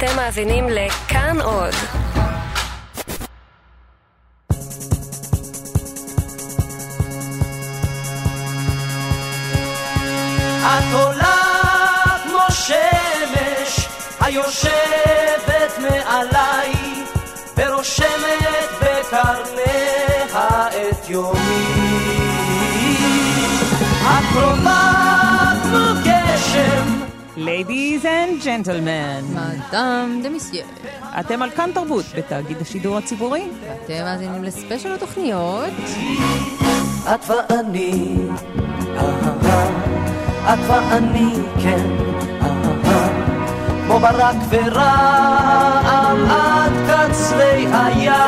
אתם מאזינים לכאן עוד. את עולה כמו שמש היושבת מעליי ורושמת בקרניה את יומי. את קרובה כמו גשם. Ladies and gentlemen, מדאם דה מסייר, אתם על כאן תרבות בתאגיד השידור הציבורי. אתם מאזינים לספיישל התוכניות את ואני, את ואני, כן, כמו ברק ורעם עד קצרי הים.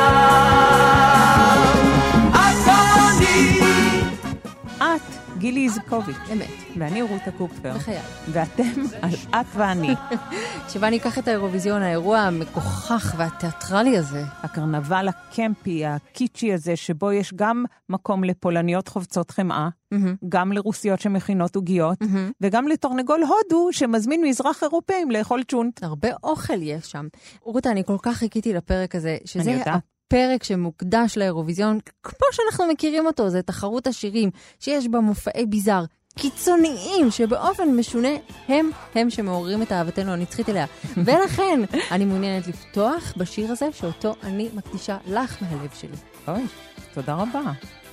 את ואני, את גילי איזקוביץ' אמת, ואני רותה קופפר, בחיי, ואתם על את ואני. שבה אני אקח את האירוויזיון, האירוע המכוחך והתיאטרלי הזה, הקרנבל הקמפי, הקיצ'י הזה, שבו יש גם מקום לפולניות חובצות חמאה, גם לרוסיות שמכינות עוגיות, וגם לתרנגול הודו שמזמין מזרח אירופאים לאכול צ'ונט. הרבה אוכל יש שם. רותה, אני כל כך חיכיתי לפרק הזה, שזה אני יודעת. פרק שמוקדש לאירוויזיון, כמו שאנחנו מכירים אותו, זה תחרות השירים, שיש בה מופעי ביזר קיצוניים, שבאופן משונה הם שמעוררים את אהבתנו הנצחית אליה. ולכן, אני מעוניינת לפתוח בשיר הזה, שאותו אני מקדישה לך מהלב שלי. אוי, תודה רבה.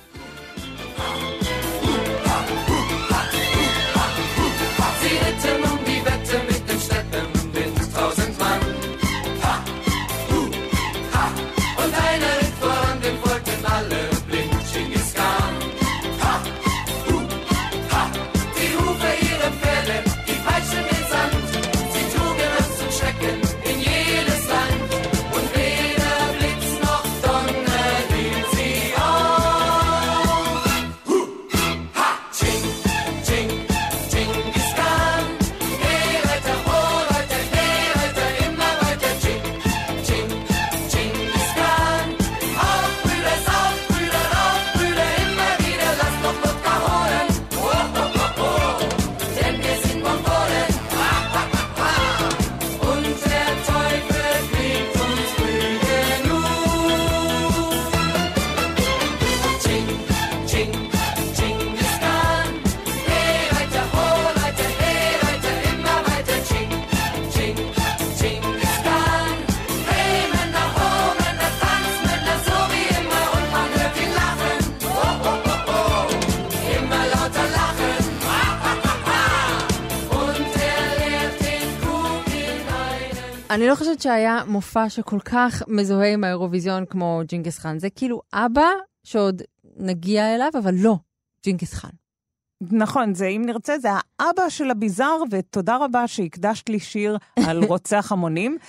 אני לא חושבת שהיה מופע שכל כך מזוהה עם האירוויזיון כמו ג'ינגיס חאן. זה כאילו אבא שעוד נגיע אליו, אבל לא ג'ינגיס חאן. נכון, זה אם נרצה, זה האבא של הביזר, ותודה רבה שהקדשת לי שיר על רוצח המונים.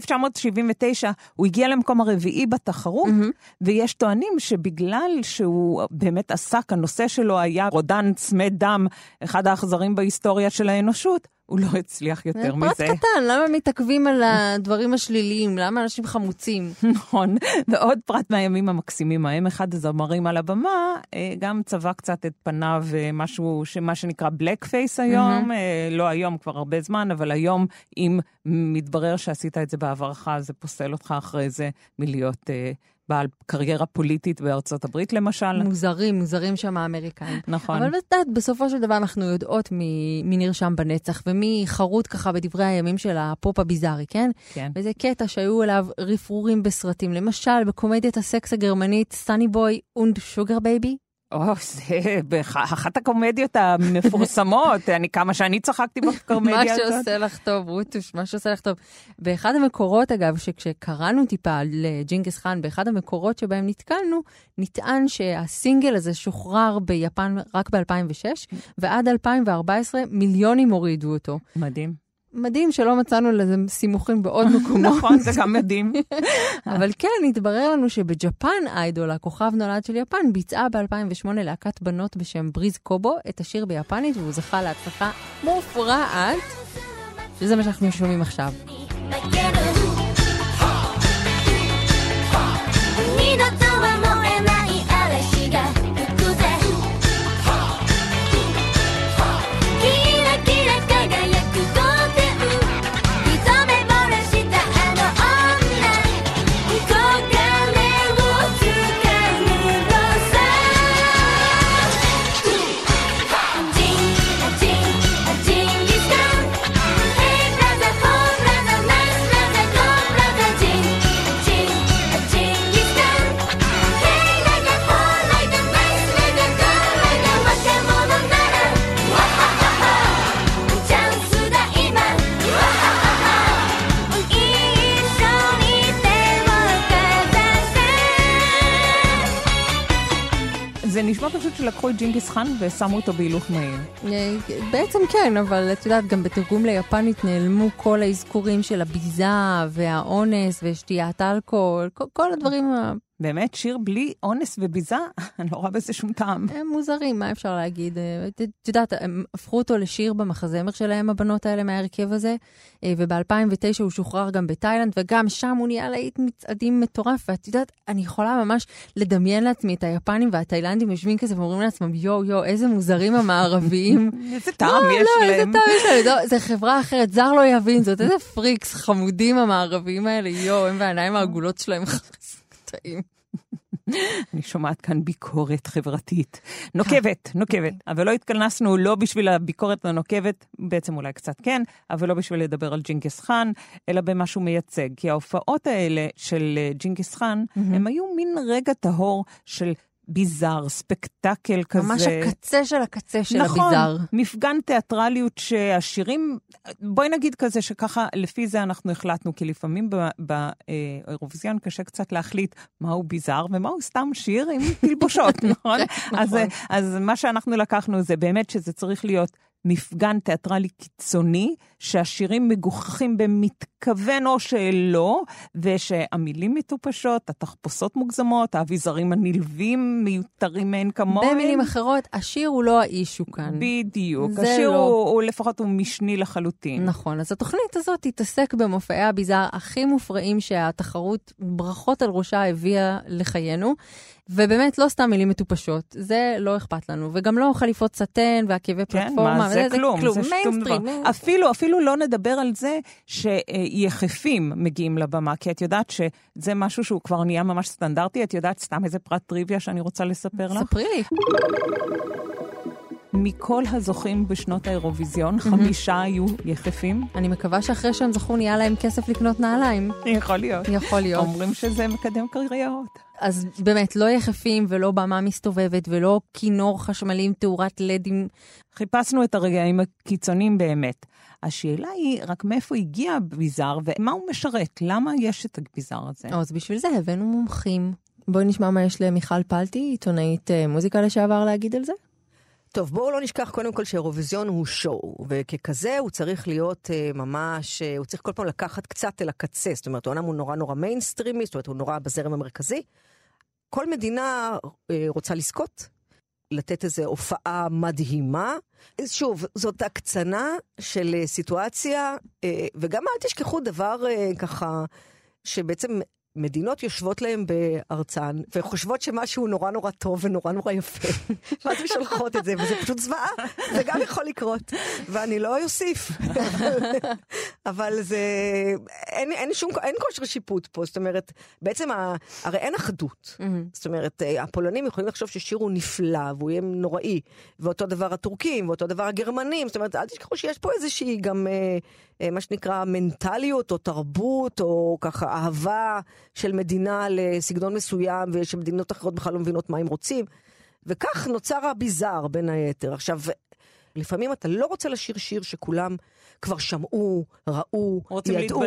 ב-1979 הוא הגיע למקום הרביעי בתחרות, ויש טוענים שבגלל שהוא באמת עסק, הנושא שלו היה רודן צמא דם, אחד האכזרים בהיסטוריה של האנושות, הוא לא הצליח יותר מזה. פרט קטן, למה מתעכבים על הדברים השליליים? למה אנשים חמוצים? נכון, ועוד פרט מהימים המקסימים ההם, אחד הזמרים על הבמה, גם צבע קצת את פניו משהו, מה שנקרא בלק פייס היום, לא היום כבר הרבה זמן, אבל היום אם מתברר שעשית את זה בעברך, זה פוסל אותך אחרי זה מלהיות בעל קריירה פוליטית בארצות הברית למשל. מוזרים שם האמריקאים. נכון. אבל בסופו של דבר אנחנו יודעות מי נרשם בנצח, ומי חרוט ככה בדברי הימים של הפופ הביזארי, כן? כן. וזה קטע שהיו אליו רפרורים בסרטים, למשל בקומדיית הסקס הגרמנית, סטני בוי und שוגר בייבי. זה אחת הקומדיות המפורסמות, כמה שאני צחקתי בקומדיה הזאת. מה שעושה לך טוב, רוטוש, מה שעושה לך טוב. באחד המקורות, אגב, שכשקראנו טיפה לג'ינגיס חאן, באחד המקורות שבהם נתקלנו, נטען שהסינגל הזה שוחרר ביפן רק ב-2006, ועד 2014 מיליונים הורידו אותו. מדהים. מדהים שלא מצאנו לזה סימוכים בעוד מקומות. נכון, זה גם מדהים. אבל כן, התברר לנו שבג'פן איידול, הכוכב נולד של יפן, ביצעה ב-2008 להקת בנות בשם בריז קובו את השיר ביפנית, והוא זכה להצלחה מופרעת, שזה מה שאנחנו שומעים עכשיו. פשוט שלקחו את ג'ינגיס חאן ושמו אותו בהילוך מהיר. בעצם כן, אבל את יודעת, גם בתרגום ליפנית נעלמו כל האזכורים של הביזה והאונס ושתיית אלכוהול, כל הדברים באמת, שיר בלי אונס וביזה, אני לא רואה בזה שום טעם. הם מוזרים, מה אפשר להגיד? את יודעת, הם הפכו אותו לשיר במחזמר שלהם, הבנות האלה מהרכב הזה, וב-2009 הוא שוחרר גם בתאילנד, וגם שם הוא נהיה להיט מצעדים מטורף, ואת יודעת, אני יכולה ממש לדמיין לעצמי את היפנים והתאילנדים יושבים כזה ואומרים לעצמם, יו, איזה מוזרים המערביים. איזה טעם יש להם. איזה טעם יש להם. זה חברה אחרת, זר לא יבין זאת, איזה פריקס חמודים המערביים האלה, הם והעיניים העגולות שלהם טעים. אני שומעת כאן ביקורת חברתית. נוקבת, אבל לא התכנסנו לא בשביל הביקורת הנוקבת, בעצם אולי קצת כן, אבל לא בשביל לדבר על ג'ינגיס חאן, אלא במשהו מייצג. כי ההופעות האלה של ג'ינגיס חאן, הם היו מין רגע טהור של ביזר, ספקטקל כזה. ממש הקצה של הקצה של נכון, הביזר. מפגן תיאטרליות שהשירים, בואי נגיד כזה שככה, לפי זה אנחנו החלטנו, כי לפעמים באירוויזיון קשה קצת להחליט מהו ביזר ומהו סתם שיר עם תלבושות, נכון? אז מה שאנחנו לקחנו זה באמת שזה צריך להיות מפגן תיאטרלי קיצוני, שהשירים מגוחכים במתכוון או שלא, ושהמילים מטופשות, התחפושות מוגזמות, האביזרים הנלווים מיותרים מהן כמוהם. במילים אחרות, השיר הוא לא האישו כאן. בדיוק, השיר הוא לפחות הוא משני לחלוטין. נכון, אז התוכנית הזאת תתעסק במופעי הביזר הכי מופרעים שהתחרות ברכות על ראשה הביאה לחיינו, ובאמת לא סתם מילים מטופשות, זה לא אכפת לנו, וגם לא חליפות סטן ועקבי פלטפורמה, זה כלום, זה שום דבר. אפילו לא נדבר על זה שיחפים מגיעים לבמה, כי את יודעת שזה משהו שהוא כבר נהיה ממש סטנדרטי, את יודעת סתם איזה פרט טריוויה שאני רוצה לספר לך? ספרי לי. מכל הזוכים בשנות האירוויזיון, 5 היו יחפים. אני מקווה שאחרי שהם זכו נהיה להם כסף לקנות נעליים. יכול להיות. יכול להיות. אומרים שזה מקדם קריירות. אז באמת, לא יחפים ולא במה מסתובבת ולא כינור חשמלי עם תאורת לדים. חיפשנו את הרגעים הקיצוניים באמת. השאלה היא רק מאיפה הגיע הביזר ומה הוא משרת? למה יש את הביזר הזה? אז בשביל זה הבאנו מומחים. בואי נשמע מה יש למיכל פלטי, עיתונאית מוזיקה לשעבר, להגיד על זה. טוב, בואו לא נשכח קודם כל שאירוויזיון הוא שואו, וככזה הוא צריך להיות ממש, הוא צריך כל פעם לקחת קצת אל הקצה, זאת אומרת, הוא נורא מיינסטרימי, זאת אומרת, הוא נורא בזרם המרכזי. כל מדינה רוצה לזכות, לתת איזו הופעה מדהימה. שוב, זאת הקצנה של סיטואציה, וגם אל תשכחו דבר ככה, שבעצם מדינות יושבות להם בארצן, וחושבות שמשהו נורא טוב ונורא יפה. ואז משלחות את זה, וזה פשוט זוועה. זה גם יכול לקרות. ואני לא יוסיף. אבל זה... אין כושר שיפוט פה. זאת אומרת, בעצם, הרי אין אחדות. זאת אומרת, הפולנים יכולים לחשוב ששיר הוא נפלא, והוא יהיה נוראי. ואותו דבר הטורקים, ואותו דבר הגרמנים. זאת אומרת, אל תשכחו שיש פה איזושהי גם... מה שנקרא מנטליות או תרבות או ככה אהבה של מדינה לסגנון מסוים ושמדינות אחרות בכלל לא מבינות מה הם רוצים. וכך נוצר הביזר בין היתר. עכשיו, לפעמים אתה לא רוצה לשיר שיר שכולם כבר שמעו, ראו, ידעו.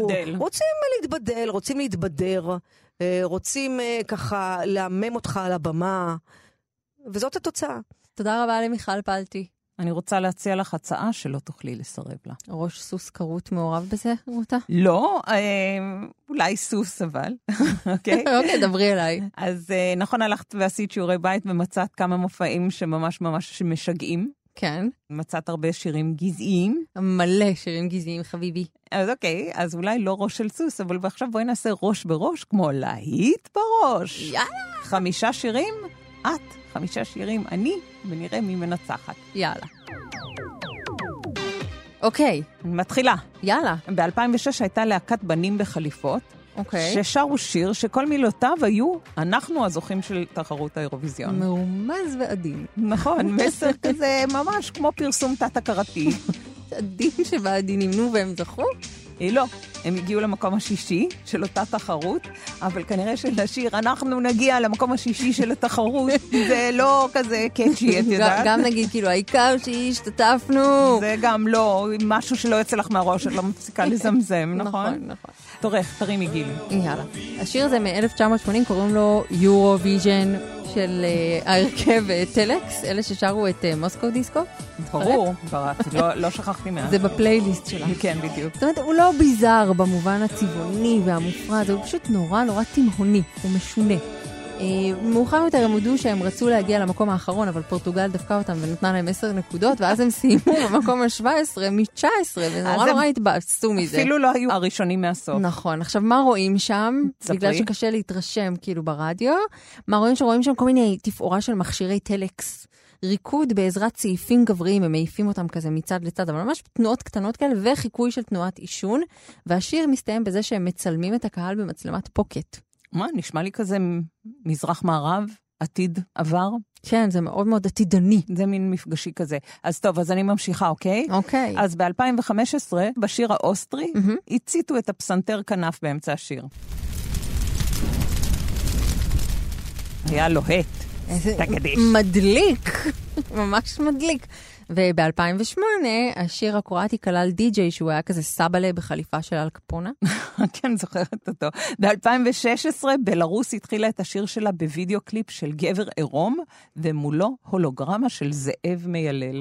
רוצים להתבדר, רוצים ככה להמם אותך על הבמה, וזאת התוצאה. תודה רבה למיכל פלטי. אני רוצה להציע לך הצעה שלא תוכלי לסרב לה. ראש סוס קרוט מעורב בזה, רותה? לא, אולי סוס אבל. אוקיי? אוקיי, דברי אליי. אז נכון, הלכת ועשית שיעורי בית ומצאת כמה מופעים שממש משגעים. כן. מצאת הרבה שירים גזעיים. מלא שירים גזעיים, חביבי. אז אוקיי, אז אולי לא ראש של סוס, אבל עכשיו בואי נעשה ראש בראש, כמו להיט בראש. יאללה. 5 שירים, את. 5 שירים, אני, ונראה מי מנצחת. יאללה. אוקיי. מתחילה. יאללה. ב-2006 הייתה להקת בנים בחליפות, ששרו שיר שכל מילותיו היו, אנחנו הזוכים של תחרות האירוויזיון. מרומז ועדין. נכון, מסר כזה ממש כמו פרסום תת-הכרתי. עדין שבעדינים, נו, והם זכו? לא. הם הגיעו למקום השישי של אותה תחרות, אבל כנראה שלשיר, אנחנו נגיע למקום השישי של התחרות, זה לא כזה קאצ'י, את יודעת? גם נגיד, כאילו, העיקר שהשתתפנו. זה גם לא, משהו שלא יוצא לך מהראש, את לא מפסיקה לזמזם, נכון? נכון. תורך, תרימי גילי. יאללה. השיר הזה מ-1980, קוראים לו יורוויז'ן של ההרכב טלקס, אלה ששרו את מוסקו דיסקו. ברור, לא שכחתי מאז. זה בפלייליסט שלה. כן, בדיוק. זאת אומרת, הוא לא ביזר במובן הצבעוני והמופרע, הוא פשוט נורא נורא תימהוני, הוא משונה. מאוחר יותר הם הודו שהם רצו להגיע למקום האחרון, אבל פורטוגל דפקה אותם ונתנה להם 10 נקודות, ואז הם סיימו במקום ה-17 מ-19, ונורא נורא התבאסו מזה. אפילו לא היו הראשונים מהסוף. נכון. עכשיו, מה רואים שם? בגלל שקשה להתרשם כאילו ברדיו, מה רואים שרואים שם כל מיני תפאורה של מכשירי טלקס, ריקוד בעזרת סעיפים גבריים, הם מעיפים אותם כזה מצד לצד, אבל ממש תנועות קטנות כאלה, וחיקוי של תנועת עישון, והשיר מסתיים בזה שהם מצלמים את הקהל במצלמת פוקט. מה, נשמע לי כזה מזרח מערב, עתיד עבר? כן, זה מאוד מאוד עתידני. זה מין מפגשי כזה. אז טוב, אז אני ממשיכה, אוקיי? אוקיי. אז ב-2015, בשיר האוסטרי, הציתו את הפסנתר כנף באמצע השיר. היה לוהט. תגדיש. מדליק. ממש מדליק. וב-2008, השיר הקרואטי כלל די-ג'יי, שהוא היה כזה סבאלה בחליפה של אל קפונה. כן, זוכרת אותו. ב-2016, בלרוס התחילה את השיר שלה בווידאו קליפ של גבר עירום, ומולו הולוגרמה של זאב מיילל.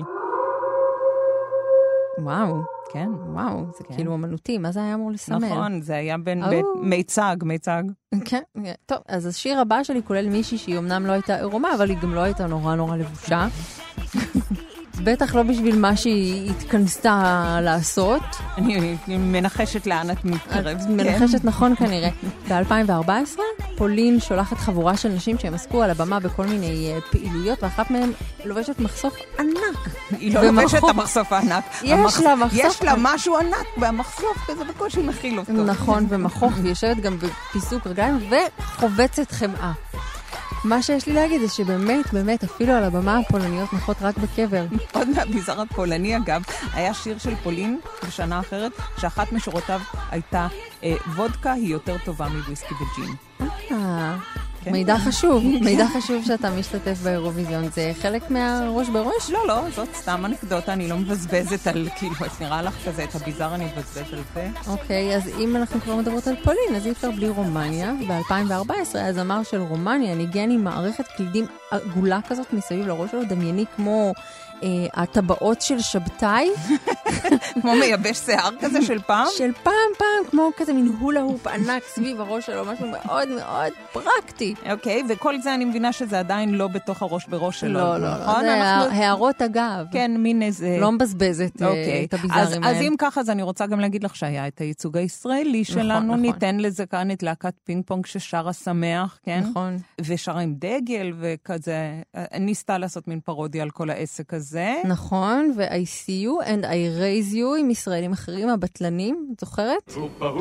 וואו. כן. וואו, זה כאילו אמנותי, מה זה היה אמור לסמל? נכון, זה היה בין מיצג. כן, טוב, אז השיר הבא שלי כולל מישהי שהיא אמנם לא הייתה עירומה, אבל היא גם לא הייתה נורא נורא לבושה. בטח לא בשביל מה שהיא התכנסה לעשות. אני מנחשת לאן את מתקרב. את מנחשת נכון כנראה. ב-2014, פולין שולחת חבורה של נשים שהם עסקו על הבמה בכל מיני פעילויות, ואחת מהן לובשת מחשוף ענק. היא לא לובשת את המחשוף הענק. יש לה משהו ענק, והמחשוף כזה בקושי מכיל אותו. נכון, ומחוך, והיא יושבת גם בפיסוק רגליים, וחובצת חמאה. מה שיש לי להגיד זה שבאמת, באמת, אפילו על הבמה הפולניות נחות רק בקבר. עוד מהביזר הפולני, אגב, היה שיר של פולין בשנה אחרת, שאחת משורותיו הייתה וודקה היא יותר טובה מוויסקי וג'ין. מידע חשוב, מידע חשוב שאתה משתתף באירוויזיון. זה חלק מהראש בראש? לא, זאת סתם אנקדוטה, אני לא מבזבזת על, כאילו, את נראה לך כזה, את הביזר אני מבזבז על זה. אוקיי, אז אם אנחנו כבר מדברות על פולין, אז אי אפשר בלי רומניה. ב-2014 הזמר של רומניה ניגן עם מערכת קלידים עגולה כזאת מסביב לראש שלו, דמייני כמו הטבעות של שבתאי. כמו מייבש שיער כזה של פעם? של פעם, כמו כזה מין הולה הופ ענק סביב הראש שלו, משהו מאוד מאוד פרקטי. אוקיי, וכל זה אני מבינה שזה עדיין לא בתוך הראש בראש שלו. לא, זה הערות אגב. כן, מין איזה... לא מבזבזת את הביזרים האלה. אז אם ככה, אז אני רוצה גם להגיד לך שהיה את הייצוג הישראלי שלנו, ניתן לזה כאן את להקת פינג פונג ששרה שמח, כן? נכון. ושרה עם דגל וכזה, ניסתה לעשות מין פרודיה על כל העסק הזה. נכון, ו-I see you and I raise you עם ישראלים אחרים, הבטלנים, את זוכרת?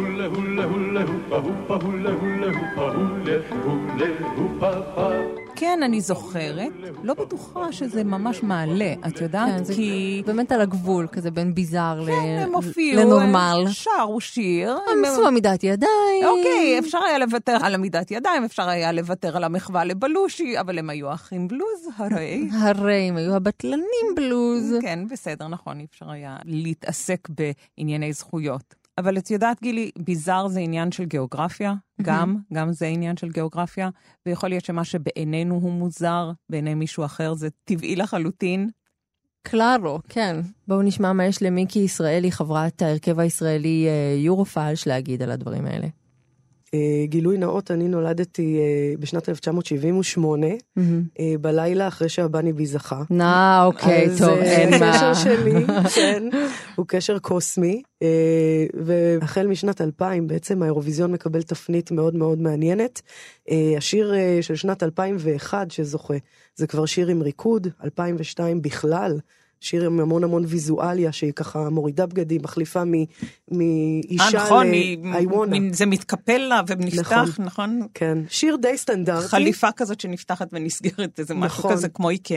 כן, אני זוכרת. לא בטוחה שזה ממש מעלה, את יודעת? כן, כי... באמת על הגבול, כזה בין ביזר לנורמל. לנורמל. שרו שיר. הם עשו עמידת ידיים. אוקיי, אפשר היה לוותר על עמידת ידיים, אפשר היה לוותר על המחווה לבלושי, אבל הם היו אחים בלוז, הרי הם היו הבטלנים בלוז. כן, בסדר, נכון, אפשר היה להתעסק בענייני זכויות. אבל את יודעת, גילי, ביזר זה עניין של גיאוגרפיה, גם זה עניין של גיאוגרפיה, ויכול להיות שמה שבעינינו הוא מוזר, בעיני מישהו אחר זה טבעי לחלוטין. קלארו, כן. בואו נשמע מה יש למיקי ישראלי, חברת ההרכב הישראלי יורופלש, להגיד על הדברים האלה. גילוי נאות, אני נולדתי בשנת 1978, בלילה אחרי שהבני בי זכה. אוקיי, טוב, אין מה. אז הקשר שלי, כן, הוא קשר קוסמי, והחל משנת 2000, בעצם האירוויזיון מקבל תפנית מאוד מאוד מעניינת. השיר של שנת 2001 שזוכה, זה כבר שיר עם ריקוד, 2002 בכלל, שיר עם המון המון ויזואליה, שהיא ככה מורידה בגדים, מחליפה מאישה לאיוונה. זה מתקפל לה ונפתח, נכון? כן, שיר די סטנדרטי. חליפה כזאת שנפתחת ונסגרת, זה משהו כזה כמו איקאה.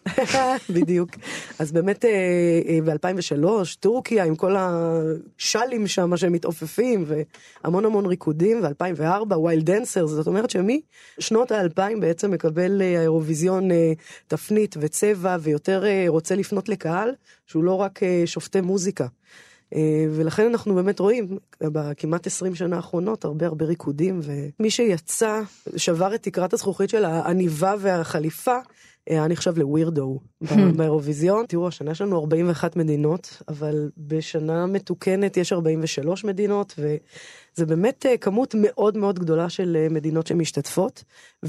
בדיוק. אז באמת ב-2003, טורקיה עם כל השלים שם שהם מתעופפים, והמון המון ריקודים, ו-2004, ווילד דנסר, זאת אומרת שמשנות ה-2000 בעצם מקבל האירוויזיון תפנית וצבע, ויותר רוצה לפנות לקהל, שהוא לא רק שופטי מוזיקה. ולכן אנחנו באמת רואים בכמעט 20 שנה האחרונות הרבה ריקודים, ומי שיצא שבר את תקרת הזכוכית של העניבה והחליפה, היה נחשב לווירדו באירוויזיון. תראו, השנה יש לנו 41 מדינות, אבל בשנה מתוקנת יש 43 מדינות, וזה באמת כמות מאוד מאוד גדולה של מדינות שמשתתפות,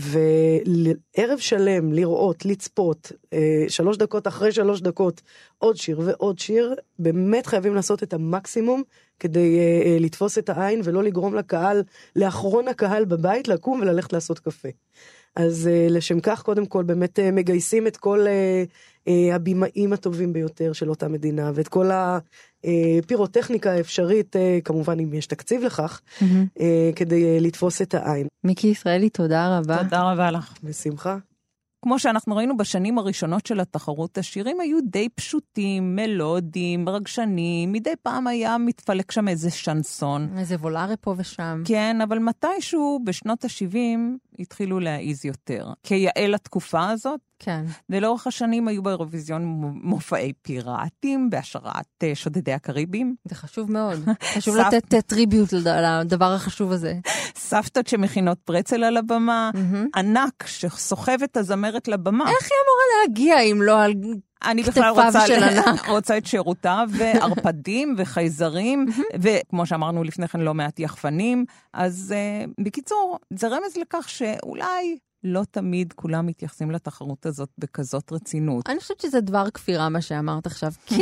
וערב שלם לראות, לצפות, 3 דקות אחרי 3 דקות, עוד שיר ועוד שיר, באמת חייבים לעשות את המקסימום, כדי לתפוס את העין, ולא לגרום לקהל, לאחרון הקהל בבית, לקום וללכת לעשות קפה. אז לשם כך קודם כל באמת מגייסים את כל הבימאים הטובים ביותר של אותה מדינה, ואת כל הפירוטכניקה האפשרית, כמובן אם יש תקציב לכך, כדי לתפוס את העין. מיקי ישראלי, תודה רבה. תודה רבה לך. בשמחה. כמו שאנחנו ראינו בשנים הראשונות של התחרות, השירים היו די פשוטים, מלודיים, רגשנים, מדי פעם היה מתפלק שם איזה שנסון. איזה וולארי פה ושם. כן, אבל מתישהו בשנות ה-70 התחילו להעיז יותר. כיעל התקופה הזאת, כן. ולאורך השנים היו באירוויזיון מופעי פיראטים, בהשראת שודדי הקריבים. זה חשוב מאוד. חשוב לתת טריביוט לדבר החשוב הזה. סבתות שמכינות פרצל על הבמה, ענק שסוחב את הזמרת לבמה. איך היא אמורה להגיע אם לא על אני בכלל רוצה את שירותיו, וערפדים וחייזרים, וכמו שאמרנו לפני כן לא מעט יחפנים. אז בקיצור, זה רמז לכך שאולי לא תמיד כולם מתייחסים לתחרות הזאת בכזאת רצינות. אני חושבת שזה דבר כפירה מה שאמרת עכשיו, כי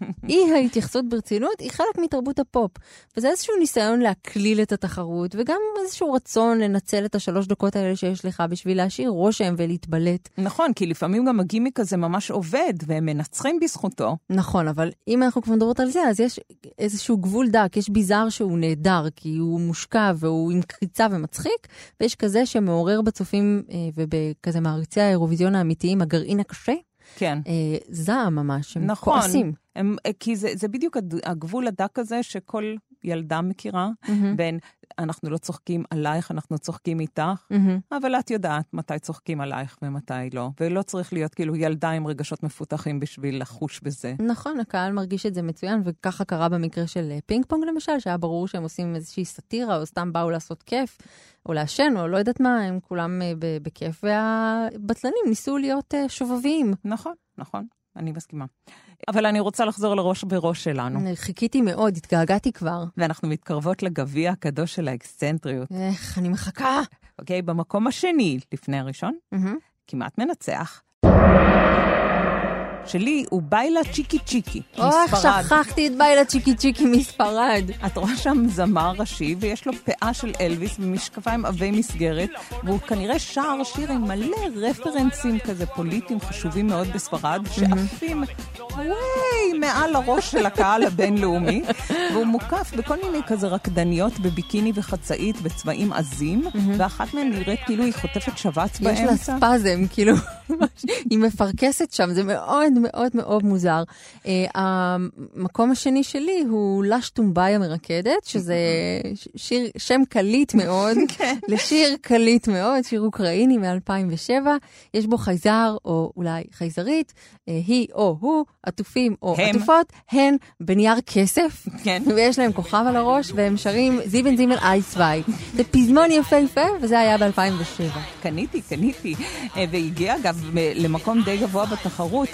אי ההתייחסות ברצינות היא חלק מתרבות הפופ, וזה איזשהו ניסיון להקליל את התחרות, וגם איזשהו רצון לנצל את 3 דקות האלה שיש לך בשביל להשאיר רושם ולהתבלט. נכון, כי לפעמים גם הגימיק הזה ממש עובד, והם מנצחים בזכותו. נכון, אבל אם אנחנו כבר מדברות על זה, אז יש איזשהו גבול דק, יש ביזר שהוא נהדר, כי הוא מושקע והוא עם קריצה ומצחיק, ויש כזה שמעורר בצופים ובכזה מעריצי האירוויזיון האמיתיים, הגרעין הקשה, כן. זעם ממש, הם נכון. כועסים. כי זה בדיוק הגבול הדק הזה שכל ילדה מכירה, בין אנחנו לא צוחקים עלייך, אנחנו צוחקים איתך, אבל את יודעת מתי צוחקים עלייך ומתי לא, ולא צריך להיות כאילו ילדה עם רגשות מפותחים בשביל לחוש בזה. נכון, הקהל מרגיש את זה מצוין, וככה קרה במקרה של פינג פונג למשל, שהיה ברור שהם עושים איזושהי סטירה, או סתם באו לעשות כיף, או לעשן, או לא יודעת מה, הם כולם בכיף, והבטלנים ניסו להיות שובביים. נכון, נכון, אני מסכימה. אבל אני רוצה לחזור לראש בראש שלנו. חיכיתי מאוד, התגעגעתי כבר. ואנחנו מתקרבות לגביע הקדוש של האקסצנטריות. איך, אני מחכה. אוקיי, במקום השני, לפני הראשון, כמעט מנצח. שלי הוא ביילה צ'יקי צ'יקי, מספרד. שכחתי את ביילה צ'יקי צ'יקי מספרד. את רואה שם זמר ראשי, ויש לו פאה של אלוויס ומשקפיים עבי מסגרת, והוא כנראה שר שיר עם מלא רפרנסים כזה פוליטיים חשובים מאוד בספרד, שעפים מעל הראש של הקהל הבינלאומי, והוא מוקף בכל מיני כזה רקדניות בביקיני וחצאית בצבעים עזים, ואחת מהן נראית כאילו היא חוטפת שבץ באמצע. יש לה ספזם, כאילו, היא מפרקסת שם, זה מאוד מאוד מאוד מוזר. המקום השני שלי הוא לש טומביי המרקדת, שזה שם קליט מאוד, לשיר קליט מאוד, שיר אוקראיני מ-2007, יש בו חייזר או אולי חייזרית, היא או הוא, עטופים או עטופות, הן בנייר כסף, ויש להם כוכב על הראש, והם שרים זיבן זימל אייסווי. זה פזמון יפה, וזה היה ב-2007. קניתי, והגיע אגב למקום די גבוה בתחרות,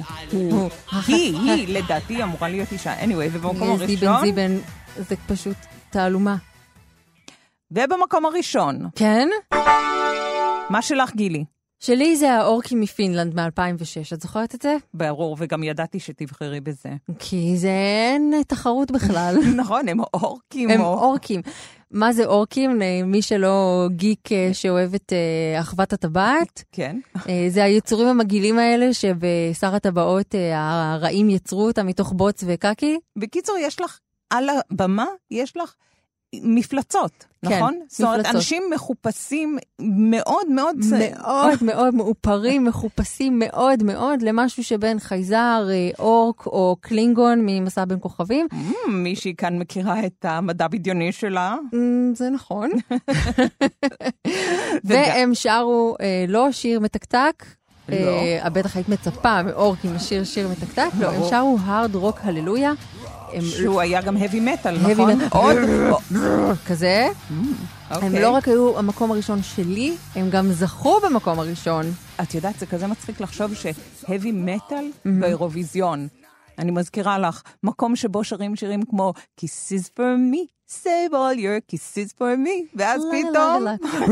היא, לדעתי, אמורה להיות אישה. anyway, ובמקום הראשון... זיבן, זה פשוט תעלומה. ובמקום הראשון. כן? מה שלך, גילי? שלי זה האורקי מפינלנד מ-2006, את זוכרת את זה? ברור, וגם ידעתי שתבחרי בזה. כי זה אין תחרות בכלל. נכון, הם אורקים. הם אורקים. מה זה אורקים? מי שלא גיק שאוהב את אחוות הטבעת. כן. זה היצורים המגעילים האלה שבשר הטבעות הרעים יצרו אותם מתוך בוץ וקקי. בקיצור, יש לך על הבמה, יש לך מפלצות, נכון? זאת אומרת, אנשים מחופשים מאוד מאוד... מאוד מאוד מאופרים, מחופשים מאוד מאוד למשהו שבין חייזר, אורק או קלינגון ממסע בין כוכבים. מישהי כאן מכירה את המדע בדיוני שלה. זה נכון. והם שרו לא שיר מתקתק, בטח היית מצפה מאורק עם השיר שיר מתקתק, לא, הם שרו הרד רוק הללויה. שהוא היה גם heavy metal, נכון? עוד כזה. הם לא רק היו המקום הראשון שלי, הם גם זכו במקום הראשון. את יודעת, זה כזה מצחיק לחשוב ש-heavy metal באירוויזיון. אני מזכירה לך, מקום שבו שרים שירים כמו Kisses for me, save all your kisses for me, ואז פתאום...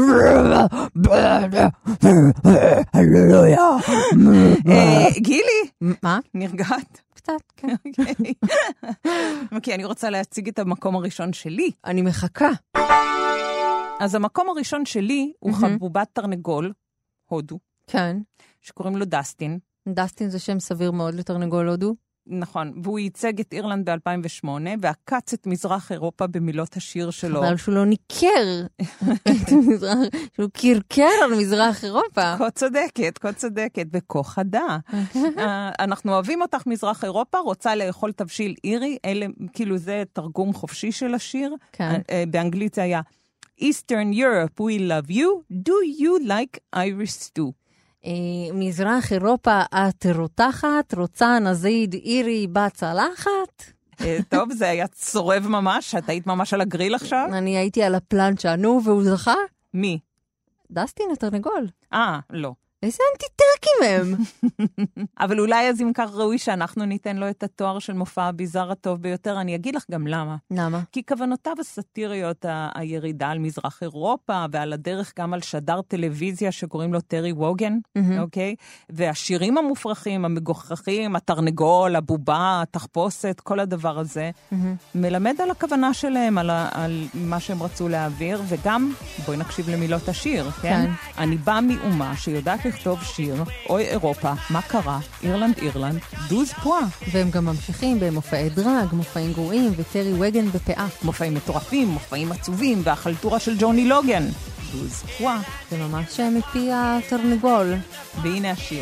גילי! מה? נרגעת? קצת, כן. אוקיי, אני רוצה להציג את המקום הראשון שלי. אני מחכה. אז המקום הראשון שלי הוא חבובת תרנגול, הודו. כן. שקוראים לו דסטין. דסטין זה שם סביר מאוד לתרנגול הודו. נכון, והוא ייצג את אירלנד ב-2008, ועקץ את מזרח אירופה במילות השיר שלו. אבל שהוא לא ניקר את מזרח, שהוא קרקר על מזרח אירופה. כה צודקת, וכה חדה. אנחנו אוהבים אותך מזרח אירופה, רוצה לאכול תבשיל אירי, כאילו זה תרגום חופשי של השיר. כן. באנגלית זה היה, Eastern Europe, we love you, do you like Irish stew? מזרח אירופה את רותחת, רוצה נזיד אירי בצלחת. טוב, זה היה צורב ממש, את היית ממש על הגריל עכשיו? אני הייתי על הפלנצ'ה, נו, והוא זכה? מי? דסטין התרנגול. לא. איזה אנטי-טרקים הם. אבל אולי אז אם כך ראוי שאנחנו ניתן לו את התואר של מופע הביזר הטוב ביותר. אני אגיד לך גם למה. למה? כי כוונותיו הסאטיריות, הירידה על מזרח אירופה, ועל הדרך גם על שדר טלוויזיה שקוראים לו טרי ווגן, אוקיי? והשירים המופרכים, המגוחכים, התרנגול, הבובה, התחפושת, כל הדבר הזה, מלמד על הכוונה שלהם, על מה שהם רצו להעביר, וגם, בואי נקשיב למילות השיר, כן? אני באה מאומה שיודעת לכתוב שיר, אוי אירופה, מה קרה? אירלנד, דוז פואה. והם גם ממשיכים במופעי דרג, מופעים גרועים וטרי וגן בפאה. מופעים מטורפים, מופעים עצובים, והחלטורה של ג'וני לוגן. דוז פואה. זה ממש מפי התרנגול. והנה השיר.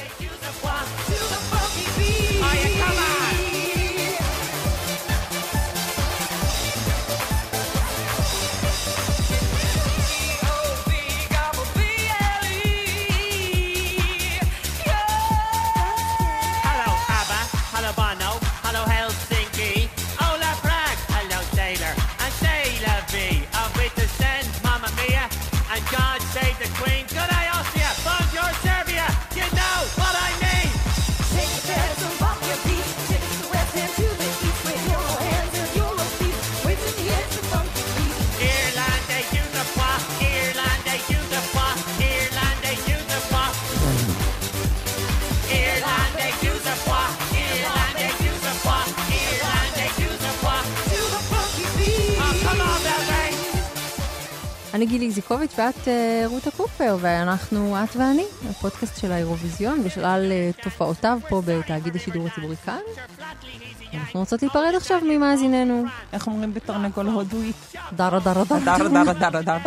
אני גילי איזיקוביץ' ואת רותה קופר, ואנחנו, את ואני, הפודקאסט של האירוויזיון ושלל תופעותיו פה בתאגיד השידור הציבורי כאן. אנחנו רוצות להיפרד עכשיו ממאזיננו. איך אומרים בתרנגול הודואית? דרה דרה דרה דרה דרה דרה דרה.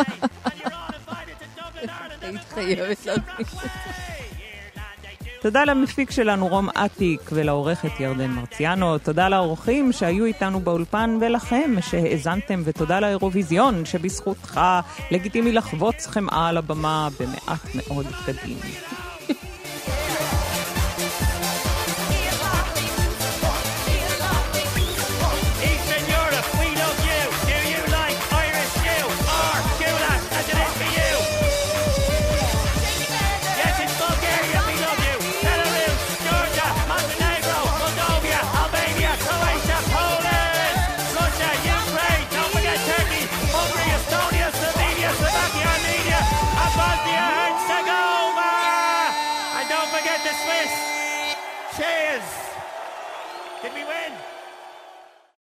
היית חייבת להכניס. תודה למפיק שלנו רום עתיק ולעורכת ירדן מרציאנו. תודה לאורחים שהיו איתנו באולפן ולכם שהאזנתם, ותודה לאירוויזיון שבזכותך לגיטימי לחבוץ חמאה על הבמה במעט מאוד קדים.